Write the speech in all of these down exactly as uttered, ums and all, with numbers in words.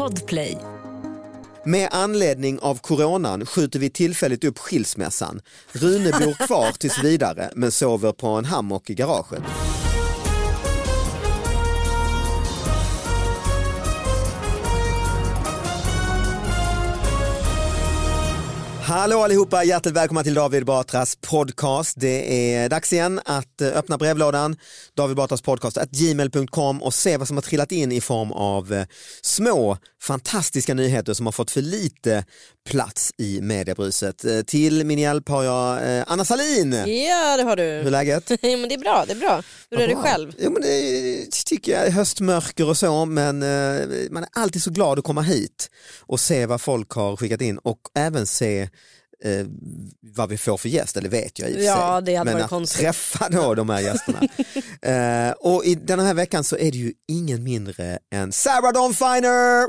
Podplay. Med anledning av coronan skjuter vi tillfälligt upp skilsmässan. Rune bor kvar tills vidare men sover på en hammock i garaget. Hallå allihopa, hjärtligt välkomna till David Batras podcast. Det är dags igen att öppna brevlådan, David Batras podcast at gmail punkt com och se vad som har trillat in i form av små fantastiska nyheter som har fått för lite plats i mediebruset. Till min hjälp har jag Anna Salin. Ja, det har du. Hur är läget? Ja, men det är bra, det är bra. Hur är det själv? Jo, men det tycker jag är höstmörker och så, men man är alltid så glad att komma hit och se vad folk har skickat in och även se Eh, vad vi får för gäst, eller vet jag i och för sig. Ja, det hade men varit att konstigt. träffa då de här gästerna. eh, och i den här veckan så är det ju ingen mindre än Sarah Dawn Finer.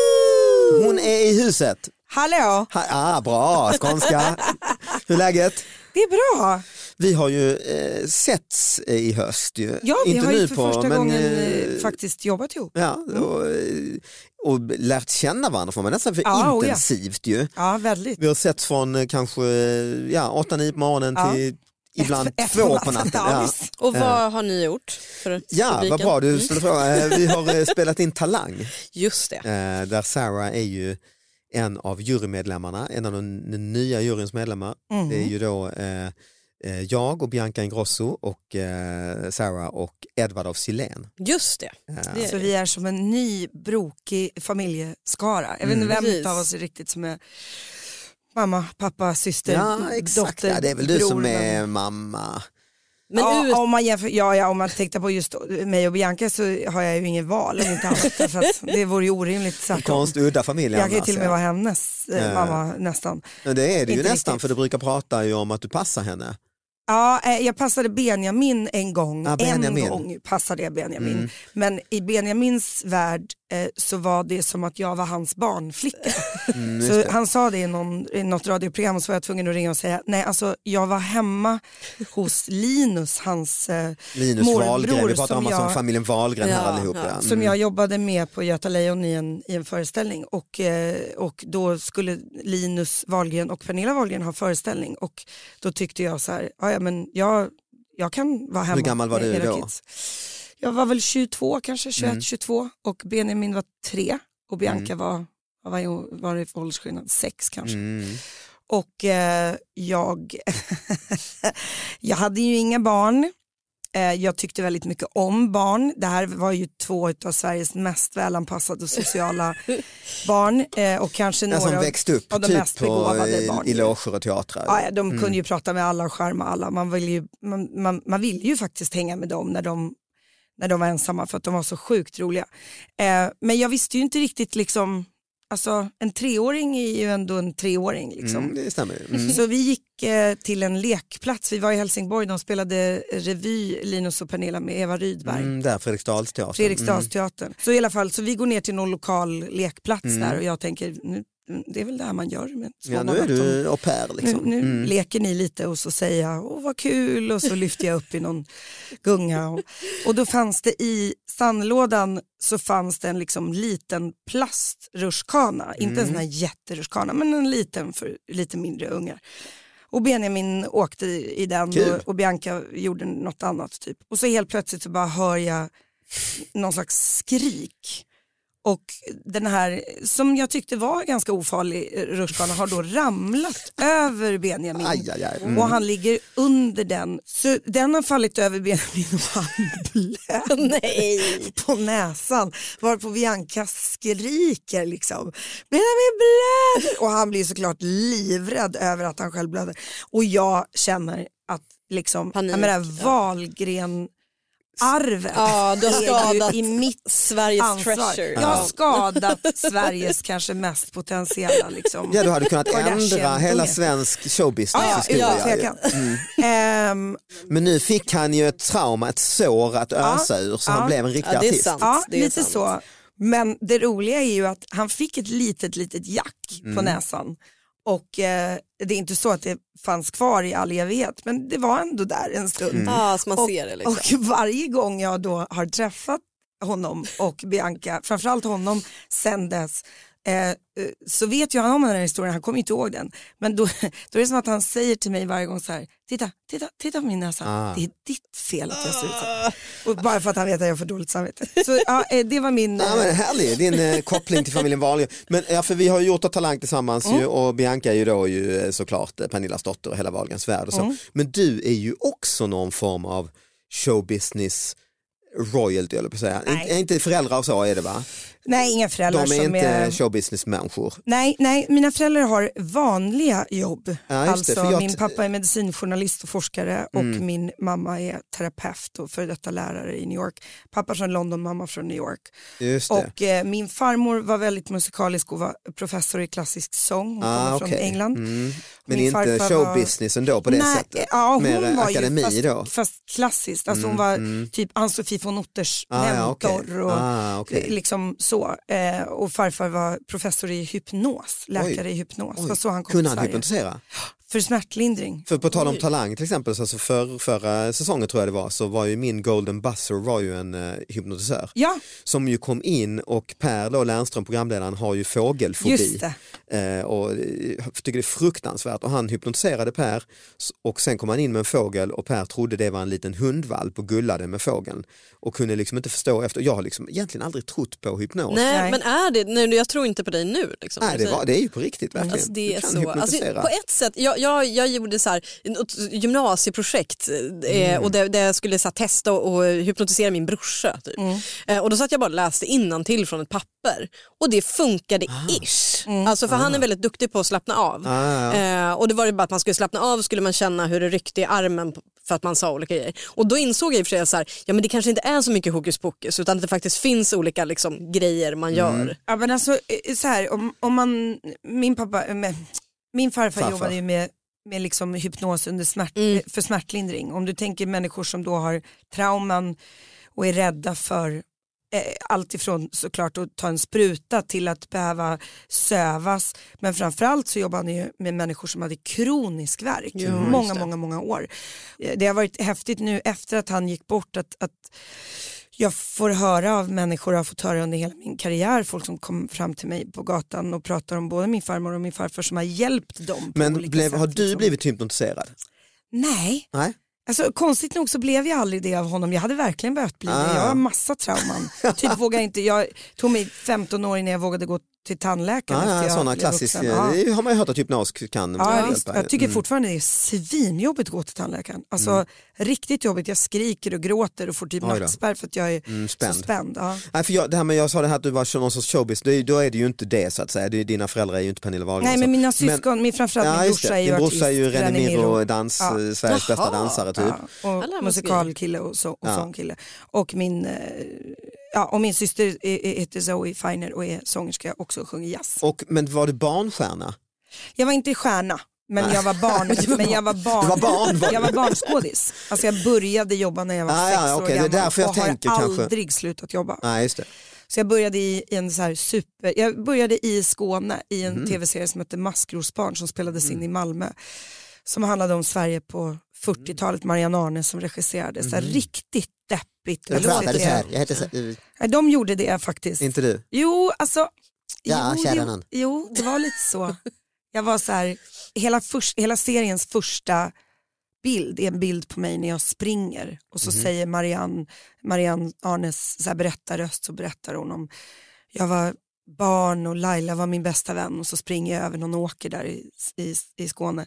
Hon är i huset. Hallå! Ha, ah, bra, skånska. Hur är läget? Det är bra. Vi har ju eh, setts i höst ju. Ja, vi Inte har ju nu för på, första men, gången eh, faktiskt jobbat ihop. Ja, och, och lärt känna varandra får man nästan för Ja, oh ja. intensivt ju. Ja, väldigt. Vi har sett från eh, kanske ja, åtta nio på morgonen Ja. till ibland Ett- ett två på på natten. natten, ja, Ja, visst. Och vad har ni gjort för ja publiken? vad bra du ställer frågan. Vi har eh, spelat in Talang Just det. eh, där Sarah är ju en av jurymedlemmarna, en av de, de nya juryns medlemmar. Mm. Det är ju då eh, jag och Bianca Ingrosso och eh, Sarah och Edvard af Sillén. Just det. Eh, Det är Så vi är som en ny brokig familjeskara. Jag vet inte Mm. vem Precis. av oss är riktigt som är mamma, pappa, syster, ja, exakt. dotter, Ja, det är väl du bror, som är men- mamma. Men ja, ut... om man jämför, ja, ja, om man tänkte på just mig och Bianca så har jag ju ingen val. Inte alls, för att det vore ju orimligt sagt. Konst udda familj Jag kan ju annars, till och med ja. vara hennes eh, Ja. mamma nästan. Men det är det ju Inte nästan riktigt. för du brukar prata ju om att du passar henne. Ja, eh, jag passade Benjamin en gång. Ja, Benjamin. En gång passade jag Benjamin. Mm. Men i Benjamins värld eh, så var det som att jag var hans barnflicka. Mm, just så det. han sa det i, någon, i något radioprogram och så var jag tvungen att ringa och säga nej, alltså jag var hemma hos Linus, hans eh, Linus morbror Wahlgren, vi pratar som om alltså jag- familjen Wahlgren här Ja, allihop. ja. Ja. som Mm. jag jobbade med på Göta Lejon i en, i en föreställning och, eh, och då skulle Linus Wahlgren och Pernilla Wahlgren ha föreställning och då tyckte jag så här, ja, ja men jag, jag kan vara hemma. Hur gammal var med du era då? kids. Jag var väl tjugotvå kanske, tjugoett, Mm. tjugotvå och Benjamin var tre och Bianca Mm. var, vad var, jag- var det för åldersskillnad? Sex kanske. Mm. Och eh, jag, jag hade ju inga barn. Eh, jag tyckte väldigt mycket om barn. Det här var ju två av Sveriges mest välanpassade sociala barn. Eh, och kanske Den som några växte upp av de typ mest på, begåvade i, barn. i loger och teatrar. Ja, ja, de Mm. kunde ju prata med alla och charma alla. Man vill ju, man, man, man vill ju faktiskt hänga med dem när de, när de var ensamma för att de var så sjukt roliga. Eh, men jag visste ju inte riktigt liksom, alltså en treåring är ju ändå en treåring liksom. Mm, det stämmer ju. Mm. Så vi gick eh, till en lekplats, vi var i Helsingborg, de spelade revy Linus och Pernilla med Eva Rydberg. Mm, där Fredriksdalsteatern. Fredriksdalsteatern. Så i alla fall, så vi går ner till någon lokal lekplats Mm. där och jag tänker, nu, det är väl det här man gör med små Ja, nu barn, är att de- du au pair liksom. nu, nu Mm. leker ni lite och så säger jag, åh vad kul, och så lyfter jag upp i någon gunga. Och, och då fanns det i sandlådan så fanns det en liksom liten plastrutschkana, inte en sån här jätterutschkana men en liten för lite mindre ungar. Och Benjamin åkte i den Kul. och, och Bianca gjorde något annat typ. Och så helt plötsligt så bara hör jag någon slags skrik. Och den här, som jag tyckte var ganska ofarlig rutschkana, har då ramlat över Benjamin. Aj, aj, aj. Mm. Och han ligger under den. Så den har fallit över Benjamin och han blöder Nej. på näsan. Varpå Bianca skriker liksom, Benjamin blöder! Och han blir såklart livrädd över att han själv blöder. Och jag känner att liksom, Panik, jag menar, ja. Wahlgren arvet Ja, du har är ju skadat i mitt Sveriges ansvar. treasure. Jag har skadat Sveriges kanske mest potentiella liksom. Ja, du hade kunnat Kardashian-unge. ändra hela svensk showbusiness Ja, ja, historia. utan tvekan. Ehm, Men nu fick han ju ett trauma, ett sår att ösa ur så ja. han blev en riktig Ja, det är artist. sant. ja, det är lite sant. så. Men det roliga är ju att han fick ett litet, litet jack på näsan. Och eh, det är inte så att det fanns kvar i all evighet, men det var ändå där en stund. Ja, så man och, ser det liksom. och varje gång jag då har träffat honom och Bianca, framförallt honom sen dess. Eh, så vet ju han om den här historien, han kommer inte ihåg den. Men då, då är det som att han säger till mig varje gång så här: titta, titta, titta på min näsa. Ah. Det är ditt fel att jag ser ut så. Och bara för att han vet att jag får dåligt samvete. Så ja, det var min... Ja, men härlig, din eh, koppling till familjen Wahlgren. Men ja, för vi har ju gjort ett Talang tillsammans mm. ju, och Bianca är ju då ju, såklart Pernillas dotter och hela Wahlgrens värld och så. Mm. Men du är ju också någon form av showbusiness royalty, eller på att säga. Inte, inte föräldrar och så är det, va? Nej, inga föräldrar De är som inte är... showbusiness-människor. Nej, nej, mina föräldrar har vanliga jobb. Ja, alltså det, jag... min pappa är medicinjournalist och forskare mm. och min mamma är terapeut och före detta lärare i New York. Pappa från London, mamma från New York. Just det. Och eh, min farmor var väldigt musikalisk och var professor i klassisk sång. Hon ah, kommer okay. från England. Mm. Men inte showbusiness var... ändå på det nej, sättet? Ja, hon mer var akademi ju fast, då? fast klassiskt. Alltså mm, hon var mm. typ Ann-Sofie von Otters ah, mentor. Ja, okay. och ah, okay. liksom så. Eh, och farfar var professor i hypnos, läkare Oj. i hypnos. Oj. Så han kom Kunde till han Sverige. hypnotisera? För smärtlindring. För på tal om Talang till exempel, så alltså för, förra säsongen tror jag det var, så var ju min Golden Buzzer var ju en uh, hypnotisör. Ja. Som ju kom in, och Per då, Lernström, programledaren, har ju fågelfobi. Just det. Uh, och jag tycker det är fruktansvärt, och han hypnotiserade Per, och sen kom han in med en fågel och Per trodde det var en liten hundvalp och gullade med fågeln och kunde liksom inte förstå efter. Jag har liksom egentligen aldrig trott på hypnos. Nej, Nej. men är det, nej, jag tror inte på dig nu. Liksom, Nej, det, var, det är ju på riktigt verkligen. Alltså, det är du kan så. hypnotisera. Alltså, på ett sätt, jag, jag, jag gjorde så här, ett gymnasieprojekt eh, mm. och där, där jag skulle så här, testa och, och hypnotisera min brorsa. Typ. Mm. Eh, och då satt jag bara och läste innantill från ett papper. Och det funkade ah. ish. Mm. Alltså, för ah. han är väldigt duktig på att slappna av. Ah, ja. eh, och det var ju bara att man skulle slappna av, skulle man känna hur det ryckte i armen för att man sa olika grejer. Och då insåg jag i och för sig så här, ja men det kanske inte är så mycket hokus pokus, utan att det faktiskt finns olika liksom, grejer man gör. Mm. Ja, men alltså så här, om, om man, min pappa, med, min farfar, farfar jobbade ju med med liksom hypnos under smärt, mm. för smärtlindring. Om du tänker människor som då har trauman och är rädda för eh, allt ifrån såklart att ta en spruta till att behöva sövas. Men framförallt så jobbar han ju med människor som hade kronisk värk. Mm, många, många, många år. Det har varit häftigt nu efter att han gick bort att, att jag får höra av människor, jag har fått höra under hela min karriär, folk som kom fram till mig på gatan och pratar om både min farmor och min farfar som har hjälpt dem. Men på olika blev, sätt, har du liksom. blivit hypnotiserad? Nej. Nej. Alltså, konstigt nog så blev jag aldrig det av honom. Jag hade verkligen behövt bli ah. det. Jag har massa trauman. typ vågar inte, jag tog mig femton år innan jag vågade gå till tandläkaren. Ah, ja, sådana klassiska, ja. Det har man ju hört att hypnos kan ja, hjälpa. Jag tycker mm. fortfarande det är svinjobbigt att gå till tandläkaren. Alltså mm. riktigt jobbigt. Jag skriker och gråter och får typ nackspärr för att jag är mm, spänd. så spänd. Ja. Nej, för jag, det här med, jag sa det här att du var någon sorts showbiz, då är, då är det ju inte det så att säga. Det är, dina föräldrar är ju inte Pernilla Wahlgren. Nej, men mina syskon, men, min framförallt ja, min brorsa är ju artist. Min brorsa är ju René Miro, dans, ja. Sveriges Jaha. bästa dansare typ. Ja. Och musikalkille och, så, och ja. sångkille. Och min... Ja, och min syster heter Zoe Feiner och är sångerska också och sjunger jazz. Och, men var du barnstjärna? Jag var inte stjärna, men jag var barn. men jag var barn. Du var barn var jag var barnskådis. Alltså jag började jobba när jag var ah, sex ja, okay. år gammal. Det är därför jag och tänker, har kanske. aldrig slutat jobba. Ah, just det. Så jag började i, i en så här super... Jag började i Skåne i en mm. tv-serie som heter Maskrosbarn som spelades mm. in i Malmö. Som handlade om Sverige på fyrtiotalet. Marianne Arne som regisserade. Så här, mm. riktigt deppigt. Jag pratade så här. Jag heter så här. Nej, de gjorde det faktiskt. Inte du? Jo, alltså... Ja, jo, det, jo, det var lite så. Jag var så här... Hela, först, hela seriens första bild är en bild på mig när jag springer. Och så mm. säger Marianne, Marianne Arnes så här berättarröst, så berättar hon om... Jag var barn och Laila var min bästa vän. Och så springer jag över någon åker där i, i, i Skåne.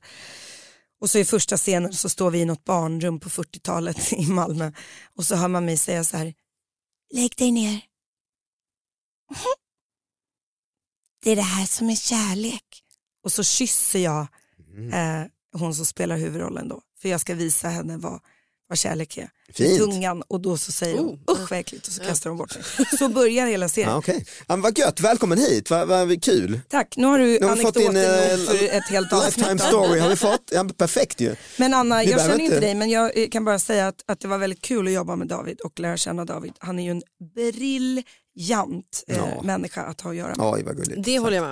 Och så i första scenen så står vi i något barnrum på fyrtiotalet i Malmö. Och så hör man mig säga så här: lägg dig ner. Det är det här som är kärlek. Och så kysser jag eh, hon som spelar huvudrollen då. För jag ska visa henne vad, vad kärlek är. Fint. Tungan, och då så säger hon oh. usch vad äckligt, och så kastar hon bort sig. Så börjar hela serien. Ah, okay. ah, vad gött, välkommen hit, vad, vad kul. Tack, nu har du nu har anekdoten in, uh, för ett helt avsnitt. Lifetime story har vi fått, ja, perfekt ju. Men Anna, vi jag känner inte inte dig, men jag kan bara säga att, att det var väldigt kul att jobba med David och lära känna David. Han är ju en briljant eh, ja. människa att ha att göra med. Oj, vad gulligt. Det håller jag med om.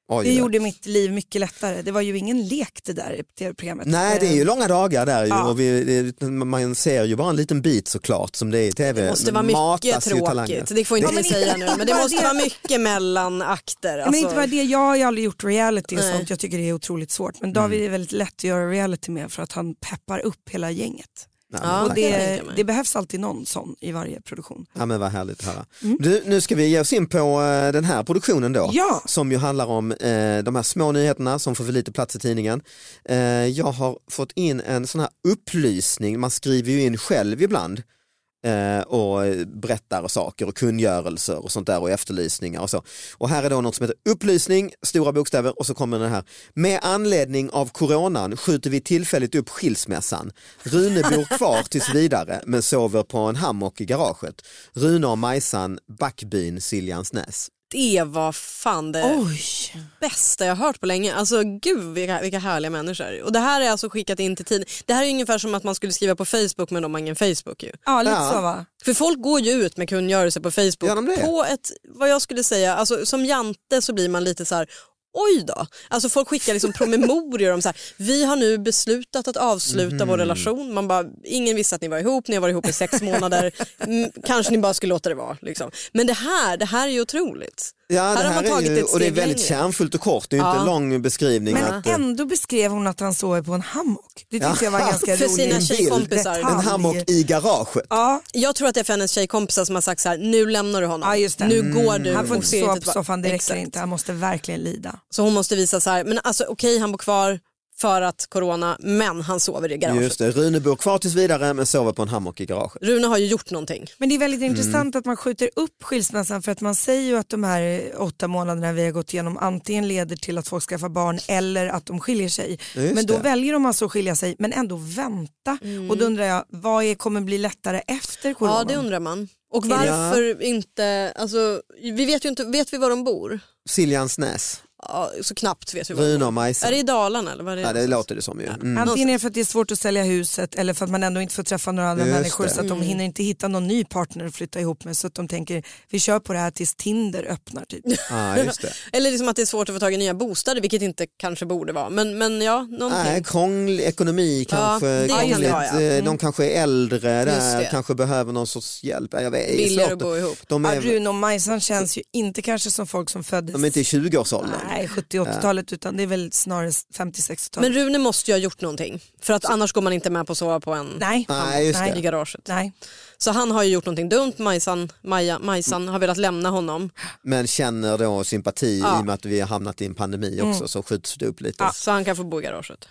Oj, det det. gjorde mitt liv mycket lättare. Det var ju ingen lek det där tv-programmet. Nej, det är ju långa dagar där ju, Ja. och vi, det, man ser ju bara en liten bit såklart som det är i tv. Det måste vara mycket tråkigt, det får inte Ja, vi men säga inte- nu, men det bara måste det- vara mycket mellan akter. Ja, Alltså. men inte bara det, jag har ju aldrig gjort reality och Nej. sånt, jag tycker det är otroligt svårt. Men David är väldigt lätt att göra reality med för att han peppar upp hela gänget. Nej, Ja, men Och tack. kan jag det, tänka mig. det behövs alltid någon sån i varje produktion. Ja, men vad härligt att höra. Mm. Du, nu ska vi ge oss in på eh, den här produktionen då. Ja. Som ju handlar om eh, de här små nyheterna som får för lite plats i tidningen. Eh, jag har fått in en sån här upplysning, man skriver ju in själv ibland eh, och berättar och saker och kungörelser och sånt där och efterlysningar och så. Och här är då något som heter upplysning, stora bokstäver, och så kommer den här. Med anledning av coronan skjuter vi tillfälligt upp skilsmässan. Rune bor kvar tills vidare men sover på en hammock i garaget. Rune och Majsan, Backbyn, Siljansnäs. Det var fan det Oj. bästa jag hört på länge. Alltså gud vilka, vilka härliga människor. Och det här är alltså skickat in till tid. Det här är ungefär som att man skulle skriva på Facebook, men de har ingen Facebook ju. Ja, lite Ja. så va? För folk går ju ut med kungörelser på Facebook. Gör de det? På ett, vad jag skulle säga, alltså som jante så blir man lite så här. Oj då, alltså folk skickar liksom promemorior om så här, vi har nu beslutat att avsluta Mhm. vår relation. Man bara, ingen visste att ni var ihop, ni har varit ihop i sex månader, mm, kanske ni bara skulle låta det vara. Liksom. Men det här, det här är ju otroligt. Ja, Här det har här man tagit är ju, ett och det är steg väldigt längre. kärnfullt och kort, det är ju Ja. inte en lång beskrivning. Men att, eh, ändå beskrev hon att han sover på en hammock. Det tyckte Ja. jag var ganska För roligt. sina En bild. tjejkompisar. en Detalj. hammock i garaget. Ja, Jag tror att det är för hennes tjejkompisar som har sagt så här, nu lämnar du honom. Ja, just det. Nu går du. han får och inte ser sova inte på ett- soffan, det räcker Exakt. inte. Han måste verkligen lida. Så hon måste visa så här, men alltså okej han bor kvar för att corona, men han sover i garaget. Just det, Rune bor kvar tills vidare men sover på en hammock i garaget. Rune har ju gjort någonting. Men det är väldigt intressant att man skjuter upp skilsmässan, för att man säger ju att de här åtta månaderna vi har gått igenom antingen leder till att folk skaffar barn eller att de skiljer sig. Just Men då det. väljer de alltså att skilja sig men ändå vänta. Och då undrar jag, vad är, kommer bli lättare efter corona? Ja, det undrar man. Och varför inte, alltså vi vet ju inte, vet vi var de bor? Siljansnäs, Ja, så knappt vet vi var de Rune bor. och Majsan. Är det i Dalarna eller vad är det? Ja, det låter det som ju. Mm. Antingen är det för att det är svårt att sälja huset eller för att man ändå inte får träffa några andra Just människor det. så att de hinner inte hitta någon ny partner att flytta ihop med, så att de tänker vi kör på det här tills Tinder öppnar typ. Ja, just det. Eller liksom att det är svårt att få tag i nya bostäder, vilket inte kanske borde vara. Men, men ja, någonting. Nej, krånglig ekonomi kanske, det kan krångligt. det vara, ja. Eh, de kanske är äldre Just där, det. kanske behöver någon sorts hjälp. Jag vet, det är Billigare svårt. att bo ihop. De Ja, är, Rune och Majsan känns ju inte kanske som folk som föddes de är inte i tjugo-årsåldern. nej, sjuttio-åttiotalet utan det är väl snarare femtio-sextiotalet. Men Rune måste ju ha gjort någonting. För att annars går man inte med på att sova på en Nej, Nej, just nej, i garaget. nej. Så han har ju gjort någonting dumt. Majsan, Maja, Majsan har velat lämna honom. Men känner då sympati Ja. i och med att vi har hamnat i en pandemi också, så skjuts det upp lite. Ja, så han kan få bo i garaget.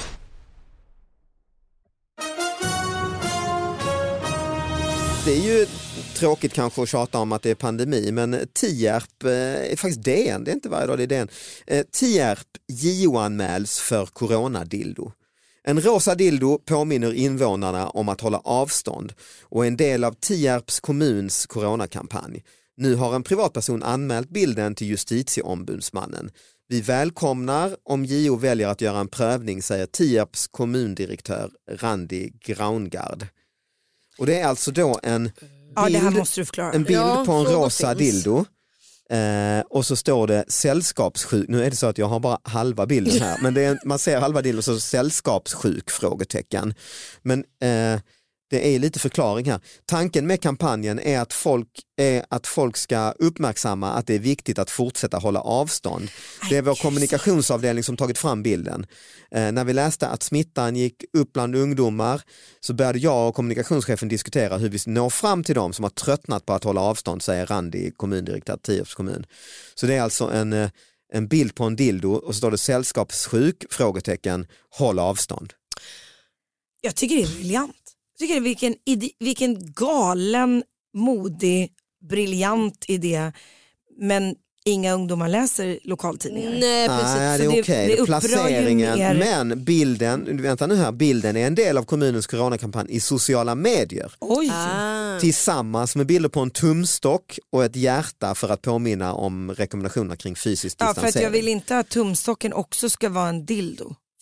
Det är ju tråkigt kanske att tjata om att det är pandemi, men Tierp eh, är faktiskt D N, det är inte varje dag det är D N. Eh, Tierp J O-anmäls för coronadildo. En rosa dildo påminner invånarna om att hålla avstånd och är en del av Tierps kommuns coronakampanj. Nu har en privatperson anmält bilden till justitieombudsmannen. Vi välkomnar om J O väljer att göra en prövning, säger Tierps kommundirektör Randi Graungard. Och det är alltså då en Ja, det här bild, måste du förklara. en bild Ja, på en frågor rosa finns. dildo. Eh, och så står det sällskapssjuk, nu är det så att jag har bara halva bilden här, men det är, man ser halva bilden och så sällskapssjuk frågetecken. Men eh, det är lite förklaring här. Tanken med kampanjen är att folk, är att folk ska uppmärksamma att det är viktigt att fortsätta hålla avstånd. Det är vår kommunikationsavdelning som tagit fram bilden. Eh, när vi läste att smittan gick upp bland ungdomar så började jag och kommunikationschefen diskutera hur vi når fram till dem som har tröttnat på att hålla avstånd, säger Randi, kommundirektör Tierps kommun. Så det är alltså en, eh, en bild på en dildo och så står det sällskapssjuk, frågetecken, håll avstånd. Jag tycker det är briljant. Jag tycker det är vilken, ide- vilken galen, modig, briljant idé. Men inga ungdomar läser lokaltidningar. Nej, precis. Nej, det Så är det- okej. det upprör ju Placeringen, mer. men bilden, vänta nu här, bilden är en del av kommunens coronakampanj i sociala medier. Oj, Ah. Tillsammans med bilder på en tumstock och ett hjärta för att påminna om rekommendationerna kring fysisk ja, distansering. för att jag vill inte att tumstocken också ska vara en dildo.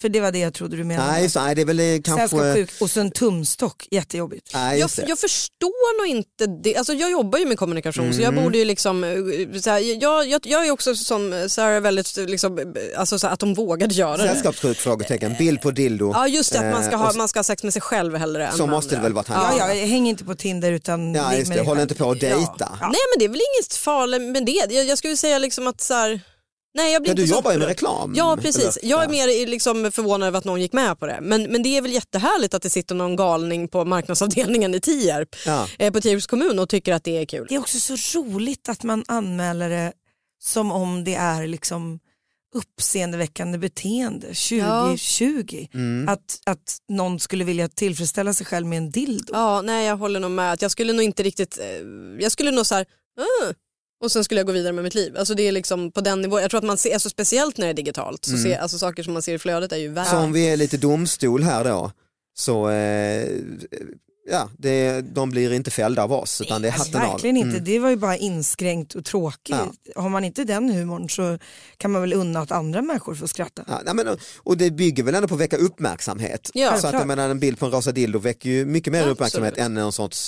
För det var det jag trodde du menade. Nej, så, nej det är väl kanske... Sällskapssjuk och så en tumstock, jättejobbigt. Nej, Jag, jag förstår nog inte det. Alltså jag jobbar ju med kommunikation mm. så jag borde ju liksom så här, jag, jag, jag är också som Sarah väldigt liksom, alltså så här, att de vågade göra det. Sällskapssjuk, frågetecken, bild på dildo. Ja just det, att man ska ha, man ska ha sex med sig själv hellre än så måste det väl vara tanken. Ja, jag hänger inte på Tinder utan ja, just det, håller inte på att dejta. Ja. Ja. Nej men det är väl inget farligt med det. Jag, jag skulle säga liksom att så här, nej, jag blir ja, inte du så jobbar ju med reklam. Ja, precis. Jag är ja. mer liksom förvånad över att någon gick med på det. Men, men det är väl jättehärligt att det sitter någon galning på marknadsavdelningen i Tierp, ja. eh, på Tierps kommun och tycker att det är kul. Det är också så roligt att man anmäler det som om det är liksom uppseendeväckande beteende tjugo tjugo. Ja. Mm. Att, att någon skulle vilja tillfredsställa sig själv med en dildo. Ja, nej jag håller nog med. Att jag skulle nog inte riktigt, eh, jag skulle nog så här... Uh. Och sen skulle jag gå vidare med mitt liv. Alltså det är liksom på den nivån. Jag tror att man ser, alltså speciellt när det är digitalt, så mm. ser, alltså saker som man ser i flödet är ju värre. Så om vi är lite domstol här då, så eh, ja, det, de blir inte fällda av oss utan det är hatten alltså, verkligen av. inte, mm. det var ju bara inskränkt och tråkigt. Ja. Har man inte den humorn så kan man väl unna att andra människor får skratta. Ja, nej, men, och det bygger väl ändå på att väcka uppmärksamhet. Ja, så att jag menar, en bild på en rosa dildo väcker ju mycket mer ja, uppmärksamhet absolut. än någon sorts,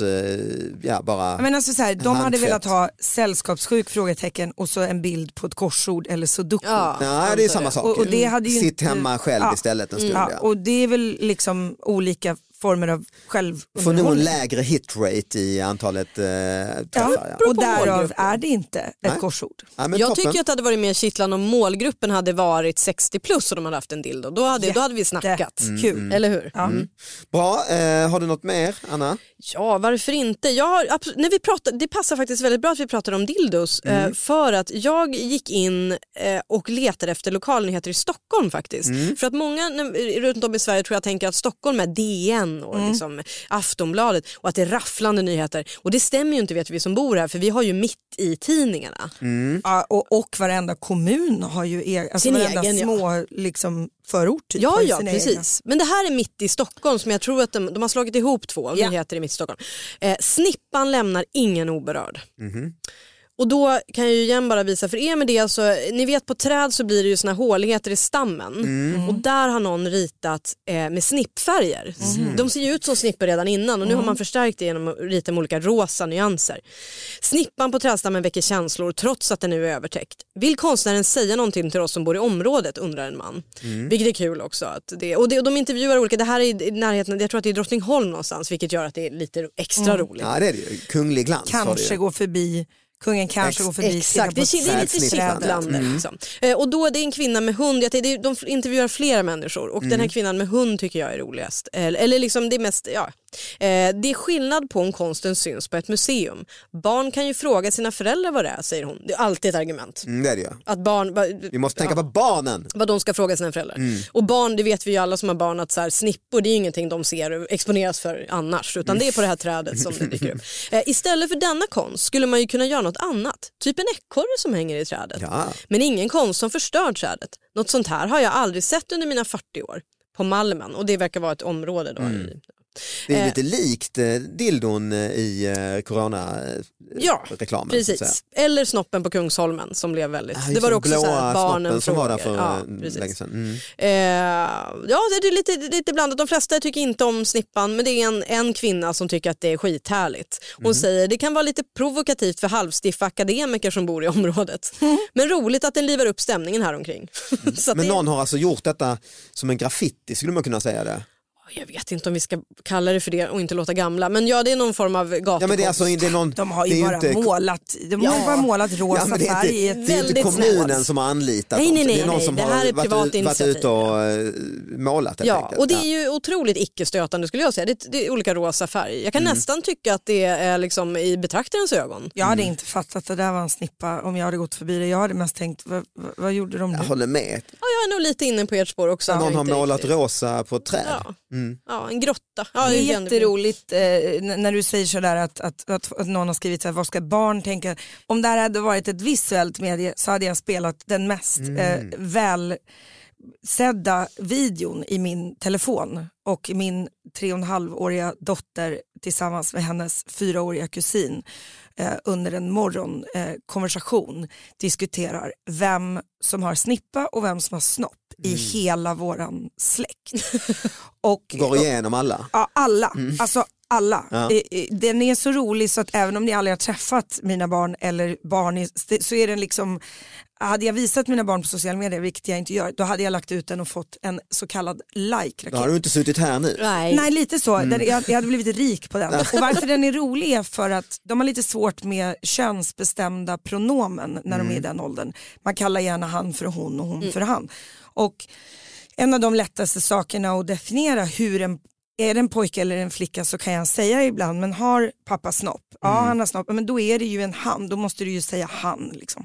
ja bara men alltså så här, de hade handfett. velat ha sällskapssjuk frågetecken och så en bild på ett korsord eller sudoku. Ja, ja det är samma sak. Och, och det hade ju Sitt inte, hemma själv ja, istället en stund. Ja, ja. och det är väl liksom olika former av självunderhållning. Får nog en lägre hitrate i antalet eh, träffar. Ja, Ja. och därav är det inte ett Nej. korsord. Ja, men jag toppen. tycker att det hade varit mer kittlande om målgruppen hade varit sextio plus och de hade haft en dildo. Då hade, då hade vi snackat. Mm, kul. Eller hur? Ja. Mm. Bra, eh, har du något mer Anna? Ja, varför inte? Jag har, när vi pratar, det passar faktiskt väldigt bra att vi pratar om dildos mm. eh, för att jag gick in eh, och letade efter lokalnyheter i Stockholm faktiskt. Mm. För att många när, runt om i Sverige tror jag tänker att Stockholm är D N och mm. liksom Aftonbladet och att det är rafflande nyheter. Och det stämmer ju inte, vet vi som bor här, för vi har ju mitt i tidningarna. Mm. Ja, och, och varenda kommun har ju e- alltså sin varenda egen, små ja. liksom förort. Typ, ja, ja, precis. Egna. Men det här är mitt i Stockholm som jag tror att de, de har slagit ihop två ja. nyheter i mitt i Stockholm. Eh, Snippan lämnar ingen oberörd. Mm-hmm. Och då kan jag ju igen bara visa för er med det, alltså, ni vet på träd så blir det ju såna håligheter i stammen mm. och där har någon ritat eh, med snippfärger. Mm. De ser ju ut som snipper redan innan och nu mm. har man förstärkt det genom att rita med olika rosa nyanser. Snippan på trädstammen väcker känslor trots att den nu är övertäckt. Vill konstnären säga någonting till oss som bor i området, undrar en man. Mm. Vilket är kul också. Att det, och, det, och de intervjuar olika, det här är i närheten, jag tror att det är Drottningholm någonstans, vilket gör att det är lite extra mm. roligt. Ja det är det ju, kunglig glans. Kanske gå förbi Kungen kanske Ex- går förbi. Exakt, det är lite kittlande. Mm. Liksom. Eh, och då är det en kvinna med hund, jag tänkte, de intervjuar flera människor och mm. den här kvinnan med hund tycker jag är roligast. Eller, eller liksom det mest, ja. Eh, det är skillnad på om konsten syns på ett museum. Barn kan ju fråga sina föräldrar vad det är, säger hon. Det är alltid ett argument. Mm, det är det ju. Att barn, ba, vi måste tänka ja, på barnen. Vad de ska fråga sina föräldrar. Mm. Och barn, det vet vi ju alla som har barn, att så här, snippor, det är ingenting de ser och exponeras för annars. Utan det är på det här trädet som det dyker upp. Eh, istället för denna konst skulle man ju kunna göra något annat. Typ en ekorre som hänger i trädet. Ja. Men ingen konst som förstör trädet. Något sånt här har jag aldrig sett under mina fyrtio år. På Malmen. Och det verkar vara ett område då. Mm. I, det är lite likt eh, dildon i eh, corona-reklamen. Ja, precis. Eller snoppen på Kungsholmen som blev väldigt... Ah, det var också så här, barnen som frågor. var där för ja, länge sedan. Mm. Eh, ja, det är lite, lite blandat. De flesta tycker inte om snippan, men det är en, en kvinna som tycker att det är skithärligt. Hon mm. säger det kan vara lite provokativt för halvstiffa akademiker som bor i området. Mm. Men roligt att den livar upp stämningen här omkring. Mm. Så men det... någon har alltså gjort detta som en graffiti, skulle man kunna säga det? Jag vet inte om vi ska kalla det för det och inte låta gamla. Men ja, det är någon form av gatukonst. Ja, men det är alltså, det är någon, de har ju bara inte... målat De ja. har ju bara målat rosa ja, det är inte, färg. det är inte kommunen snällt. som har anlitat nej, nej, nej, det är någon nej. som det har här är varit, privat ut, varit initiativ. ute och uh, målat. Ja, enkelt. och det är ju otroligt icke-stötande skulle jag säga. Det är, det är olika rosa färg. Jag kan mm. nästan tycka att det är liksom i betraktarens ögon. Jag hade mm. inte fattat att det där var en snippa om jag hade gått förbi det. Jag hade mest tänkt, vad, vad, vad gjorde de nu? Jag håller med. Ja, jag är nog lite inne på ert spår också. Någon har målat riktigt. rosa på ett träd. Ja, mm. ja en grotta. Ja, det är det jätteroligt eh, när du säger sådär att, att, att, att någon har skrivit så här, vad ska barn tänka? Om det här hade varit ett visuellt medie så hade jag spelat den mest mm. eh, väl sedda videon i min telefon och min tre och en halvåriga dotter tillsammans med hennes fyraåriga kusin eh, under en morgonkonversation eh, diskuterar vem som har snippa och vem som har snopp mm. i hela våran släkt. Och, går igenom alla? Ja, alla. Mm. Alltså alla. Ja. Den är så rolig så att även om ni aldrig har träffat mina barn eller barn så är den liksom, hade jag visat mina barn på sociala medier, vilket jag inte gör, då hade jag lagt ut den och fått en så kallad like-raket. Då har du inte suttit här nu. Nej, Nej lite så. Mm. Den, jag, jag hade blivit rik på den. Och varför den är rolig är för att de har lite svårt med könsbestämda pronomen när mm. de är i den åldern. Man kallar gärna han för hon och hon mm. för han. Och en av de lättaste sakerna att definiera hur en är det en pojke eller en flicka så kan jag säga ibland, men har pappa snopp? Ja, mm. han har snopp, men då är det ju en han, då måste du ju säga han liksom.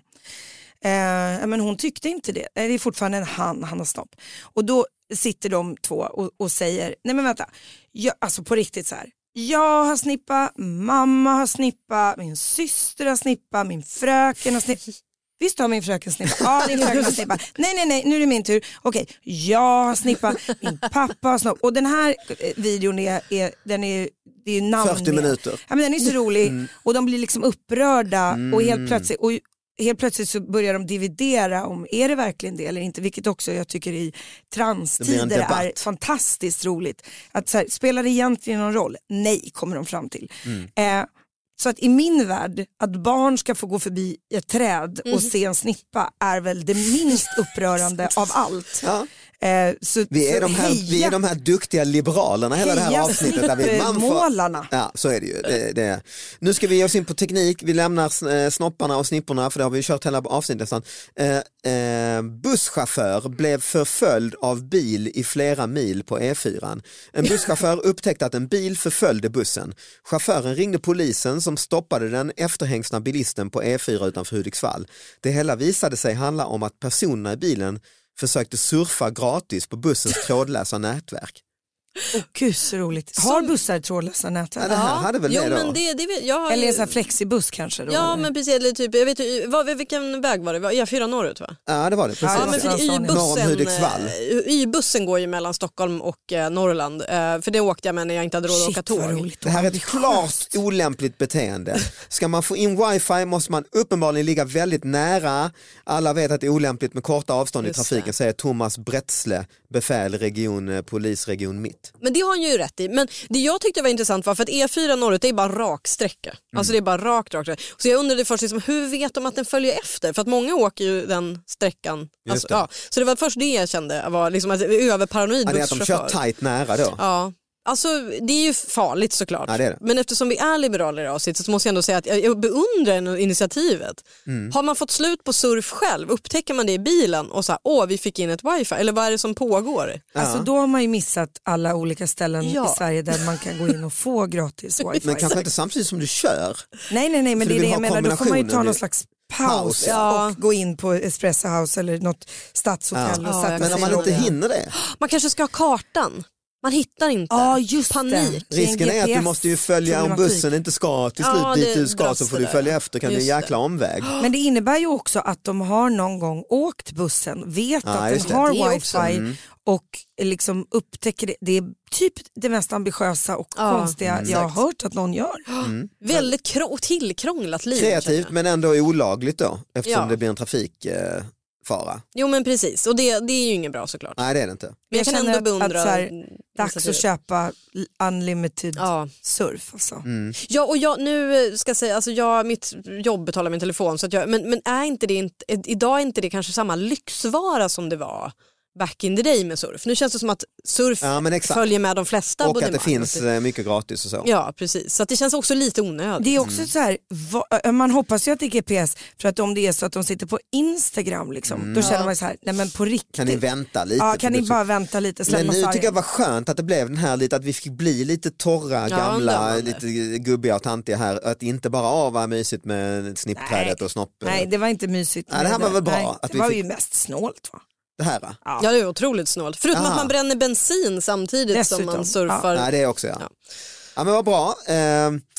Eh, men hon tyckte inte det, det är fortfarande en han, han har snopp. Och då sitter de två och, och säger, nej men vänta, jag, alltså på riktigt så här. Jag har snippa, mamma har snippa, min syster har snippa, min fröken har snippa. Visst har min fröken snippa? Ja, din fröken har snippa. Nej, nej, nej, nu är det min tur. Okej, jag har snippa, min pappa har snopp. Och den här videon är, är, den är, det är namn fyrtio minuter. Ja, men den är så rolig mm. och de blir liksom upprörda mm. och helt plötsligt och helt plötsligt så börjar de dividera om är det verkligen det eller inte, vilket också jag tycker i transtider är fantastiskt roligt. Att så här, spelar det egentligen någon roll? Nej, kommer de fram till. Mm. Eh, Så att i min värld, att barn ska få gå förbi ett träd och mm. se en snippa är väl det minst upprörande av allt. Ja. Eh, så, vi, är så de här, vi är de här duktiga liberalerna hela det här avsnittet. Där vi, man får, ja, så är det ju. Det, det. Nu ska vi ge oss in på teknik. Vi lämnar snopparna och snipporna för det har vi kört hela avsnittet nästan. Eh, eh, busschaufför blev förföljd av bil i flera mil på E fyra. En busschaufför upptäckte att en bil förföljde bussen. Chauffören ringde polisen som stoppade den efterhängsna bilisten på E fyra utanför Hudiksvall. Det hela visade sig handla om att personerna i bilen försökte surfa gratis på bussens trådlösa nätverk. Åh gud så roligt. Har bussar trådlösa nätverk? Ja, det här hade väl jo, det då. Men det, det, jag har... Eller en sån här flexibuss kanske då? Ja, eller? Men precis, eller typ, jag vet ju, vad, vilken väg var det? Var E fyra norrut va? Ja, det var det. Precis. Ja, men för Y-bussen, Y-bussen går ju mellan Stockholm och eh, Norrland. Eh, för det åkte jag med när jag inte hade råd att åka tåg. Det här är ett klart olämpligt beteende. Ska man få in wifi måste man uppenbarligen ligga väldigt nära. Alla vet att det är olämpligt med korta avstånd Just i trafiken, det. Säger Thomas Brätzle, befäl region, polisregion mitt. Men det har han ju rätt i. Men det jag tyckte var intressant var för att E fyra norrut det är bara rak sträcka. Mm. Alltså det är bara rakt, rakt. Så jag undrade först liksom, hur vet de att den följer efter? För att många åker ju den sträckan. Alltså, det. Ja. Så det var först det jag kände var liksom att överparanoid ja, det är att de kör tajt nära då. Ja. Alltså det är ju farligt såklart. Ja, det är det. Men eftersom vi är liberaler i avsnitt så måste jag ändå säga att jag beundrar initiativet. Mm. Har man fått slut på surf själv, upptäcker man det i bilen och så här, åh vi fick in ett wifi, eller vad är det som pågår? Ja. Alltså då har man ju missat alla olika ställen ja. i Sverige där man kan gå in och få gratis wifi. Men kanske inte samtidigt som du kör. Nej, nej, nej, men det är det jag menar, då får man ju ta någon slags paus ja. och gå in på Espresso House eller något stadshotell. Ja. Och sätta ja, men om man inte hinner det. Man kanske ska ha kartan. Man hittar inte. Ja, just panik. Det. Risken är att du måste ju följa om bussen inte ska till slut ja, dit du ska så får du följa efter, kan bli en jäkla omväg. Men det innebär ju också att de har någon gång åkt bussen, vet ja, att den har wifi mm. och liksom upptäcker det. Det är typ det mest ambitiösa och ja, konstiga mm, jag har hört att någon gör. Mm. Väldigt kro- tillkrånglat liv. Kreativt men ändå olagligt då eftersom ja. det blir en trafik... Eh, fara. Jo men precis, och det, det är ju inget bra såklart. Nej det är det inte. Men jag, jag kan ändå att, beundra att så här, dags att köpa unlimited ja. surf alltså. Mm. Ja och jag nu ska jag säga, alltså jag, mitt jobb betalar min telefon så att jag, men, men är inte det inte, idag är inte det kanske samma lyxvara som det var back in the day med surf. Nu känns det som att surf ja, följer med de flesta och att det finns och mycket gratis och så. Ja, precis. Så att det känns också lite onödigt. Det är också mm. så här, va, man hoppas ju att det är G P S för att om det är så att de sitter på Instagram liksom, mm. då känner man så här, nej men på riktigt. Kan ni vänta lite? Ja, kan ni bara vänta lite. Men nu tycker jag var skönt att det blev den här lite, att vi fick bli lite torra, ja, gamla, lite gubbiga och tantiga här. Att inte bara av var mysigt med snippträdet och snopp. Nej, det var inte mysigt. Nej, det här var väl bra. Nej, att det vi var fick... ju mest snålt va? Det här, ja. ja, det är otroligt snålt. Förutom Aha. att man bränner bensin samtidigt Dessutom. som man surfar. Ja, Nej, det är också ja. Ja, ja men vad bra. Eh,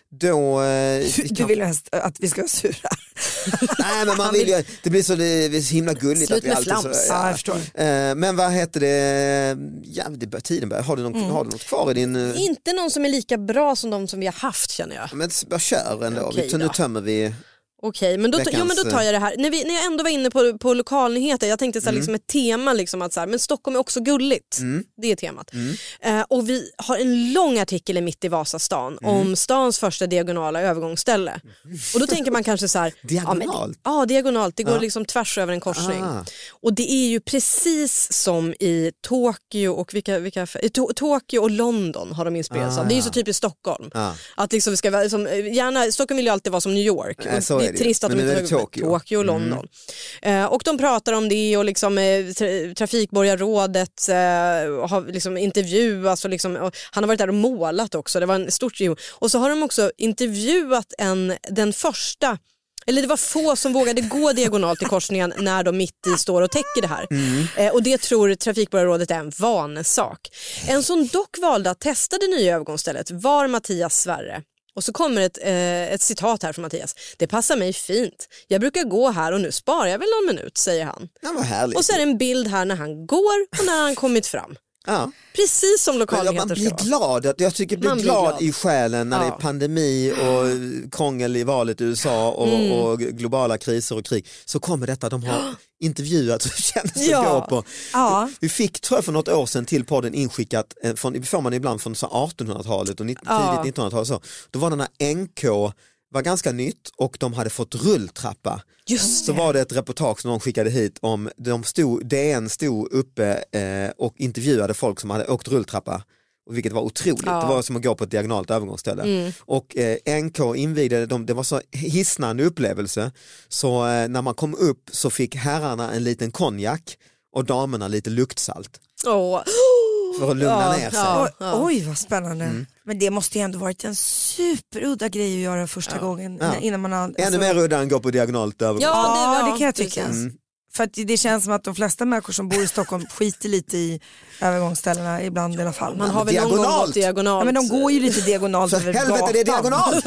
då... Eh, du, du vill mest att vi ska vara sura. Nej, men man vill ju, det blir så, det är så himla gulligt. Slut att vi med alltid flams. så, ja. Ja, jag förstår. Eh, men vad heter det? Ja, det bör, tiden börjar. Har du, någon, mm. har du något kvar i din... Uh... Inte någon som är lika bra som de som vi har haft, känner jag. Men bara kör ändå. Okej, vi, nu tömmer vi... Okej, men då, Veckans, jo, men då tar jag det här. När, vi, när jag ändå var inne på, på lokalnyheter, jag tänkte så här, mm. liksom ett tema, liksom att så här, men Stockholm är också gulligt. Mm. Det är temat. Mm. Eh, och vi har en lång artikel i Mitt i Vasastan mm. om stans första diagonala övergångsställe. Mm. Och då tänker man kanske så här... Diagonalt? Ja, men, ja, diagonalt. Det går ja. liksom tvärs över en korsning. Ah. Och det är ju precis som i Tokyo och vilka, vilka i to, Tokyo och London har de inspirerats ah, av. Det är ju ja. så typiskt Stockholm. Ah. Att liksom vi ska vara som, gärna, Stockholm vill ju alltid vara som New York. Nej, så det är är det. trist att Men de nu är inte det Tokyo. Tokyo och London. Mm. Eh, och de pratar om det och liksom, eh, tra- trafikborgarrådet eh, har liksom intervjuats och, liksom, och han har varit där och målat också. Det var en stort gym. Och så har de också intervjuat en, den första, eller det var få som vågade gå diagonalt i korsningen när de mitt i står och täcker det här. Mm. Eh, och det tror trafikborgarrådet är en vanesak. En som dock valde att testa det nya övergångsstället var Mattias Sverre. Och så kommer ett, eh, ett citat här från Mattias. Det passar mig fint. Jag brukar gå här och nu sparar jag väl någon minut, säger han. Ja, vad härligt. Och så är det en bild här när han går och när han kommit fram. Ja. Precis som lokalnyheter man blir ska vara. glad, jag tycker blir Man blir glad, glad i själen när ja. det är pandemi och krångel i valet i U S A och, mm. och globala kriser och krig. Så kommer detta, de har intervjuat och känns att ja. gå på. Ja. Vi fick, tror jag, för något år sedan till podden inskickat, från, det får man ibland från så artonhundratalet och tidigt ja. nittonhundratalet. Så. Då var den här N K var ganska nytt och de hade fått rulltrappa. Just så det. var det ett reportage som de skickade hit om de stod, D N stod uppe eh, och intervjuade folk som hade åkt rulltrappa. Vilket var otroligt. Ja. Det var som att gå på ett diagonalt övergångsställe. Mm. Och eh, N K invigde dem, det var så hisnande upplevelse. Så eh, när man kom upp så fick herrarna en liten konjak och damerna lite luktsalt. Åh. För att lugna ja, ner sig. Ja, ja. Oj, vad spännande. Mm. Men det måste ju ändå varit en superudda grej att göra första ja. gången. Ja. Innan man har, alltså... Ännu mer udda än gå på diagonalt övergångsställe. Ja, det, ja, det kan jag tycka. Mm. För att det känns som att de flesta människor som bor i Stockholm skiter lite i övergångsställena ibland i alla fall. Man har väl någon gång gått diagonalt. Ja, men de går ju lite diagonalt över gatan. Helvete, det är diagonalt!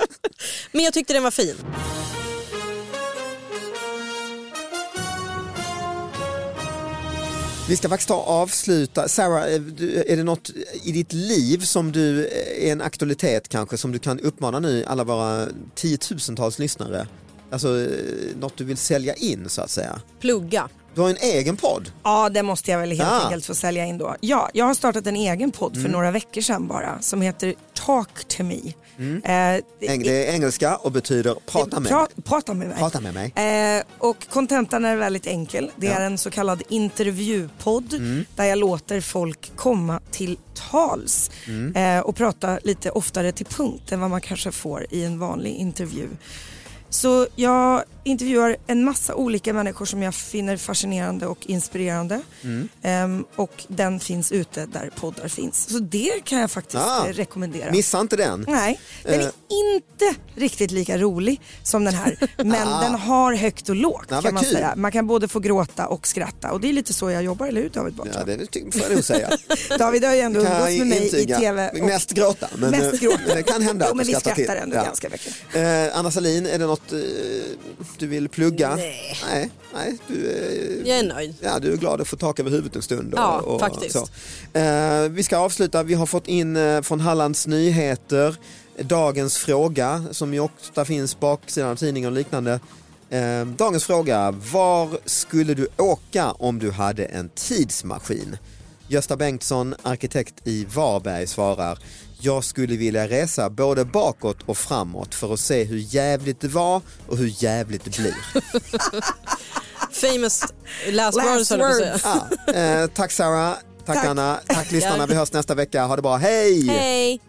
Men jag tyckte den var fin. Vi ska faktiskt ta och avsluta. Sarah, är det något i ditt liv som du är en aktualitet kanske som du kan uppmana nu alla våra tiotusentals lyssnare? Alltså något du vill sälja in så att säga. Plugga. Du har en egen podd. Ja, det måste jag väl helt ja. enkelt få sälja in då. Ja, jag har startat en egen podd för mm. några veckor sedan bara som heter Talk to me. Mm. Eh, det, det är engelska och betyder prata med pra, mig. Prata med mig. Prata med mig. Eh, och kontentan är väldigt enkel. Det ja. är en så kallad intervjupodd mm. där jag låter folk komma till tals mm. eh, och prata lite oftare till punkt än vad man kanske får i en vanlig intervju. Så jag intervjuar en massa olika människor som jag finner fascinerande och inspirerande. Mm. Um, och den finns ute där poddar finns. Så det kan jag faktiskt ah, rekommendera. Missa inte den. Nej, den uh. är inte riktigt lika rolig som den här. Men ah. den har högt och lågt ja, kan man kul. säga. Man kan både få gråta och skratta. Och det är lite så jag jobbar, eller hur David Batra? Ja, det får jag nog säga. David har ju ändå umgås med mig intyga. i tv. Och mest gråta. Men, mest gråta. men det kan hända jo, men vi skrattar till. ändå ja. ganska mycket. Uh, Anna Salin, är det något uh, du vill plugga? Nej. Nej, nej du, uh, jag är nöjd. Ja, du är glad att få tak över huvudet en stund. Och, ja, och, faktiskt. Så. Uh, vi ska avsluta. Vi har fått in uh, från Hallands Nyheter dagens fråga som ju ofta finns baksidan av tidningar och liknande. Uh, dagens fråga: var skulle du åka om du hade en tidsmaskin? Gösta Bengtsson, arkitekt i Varberg, svarar: jag skulle vilja resa både bakåt och framåt för att se hur jävligt det var och hur jävligt det blir. Famous last, last words. words. Ja, eh, tack Sarah, tack, tack Anna, tack lyssnarna. Vi hörs nästa vecka. Ha det bra, hej! Hej!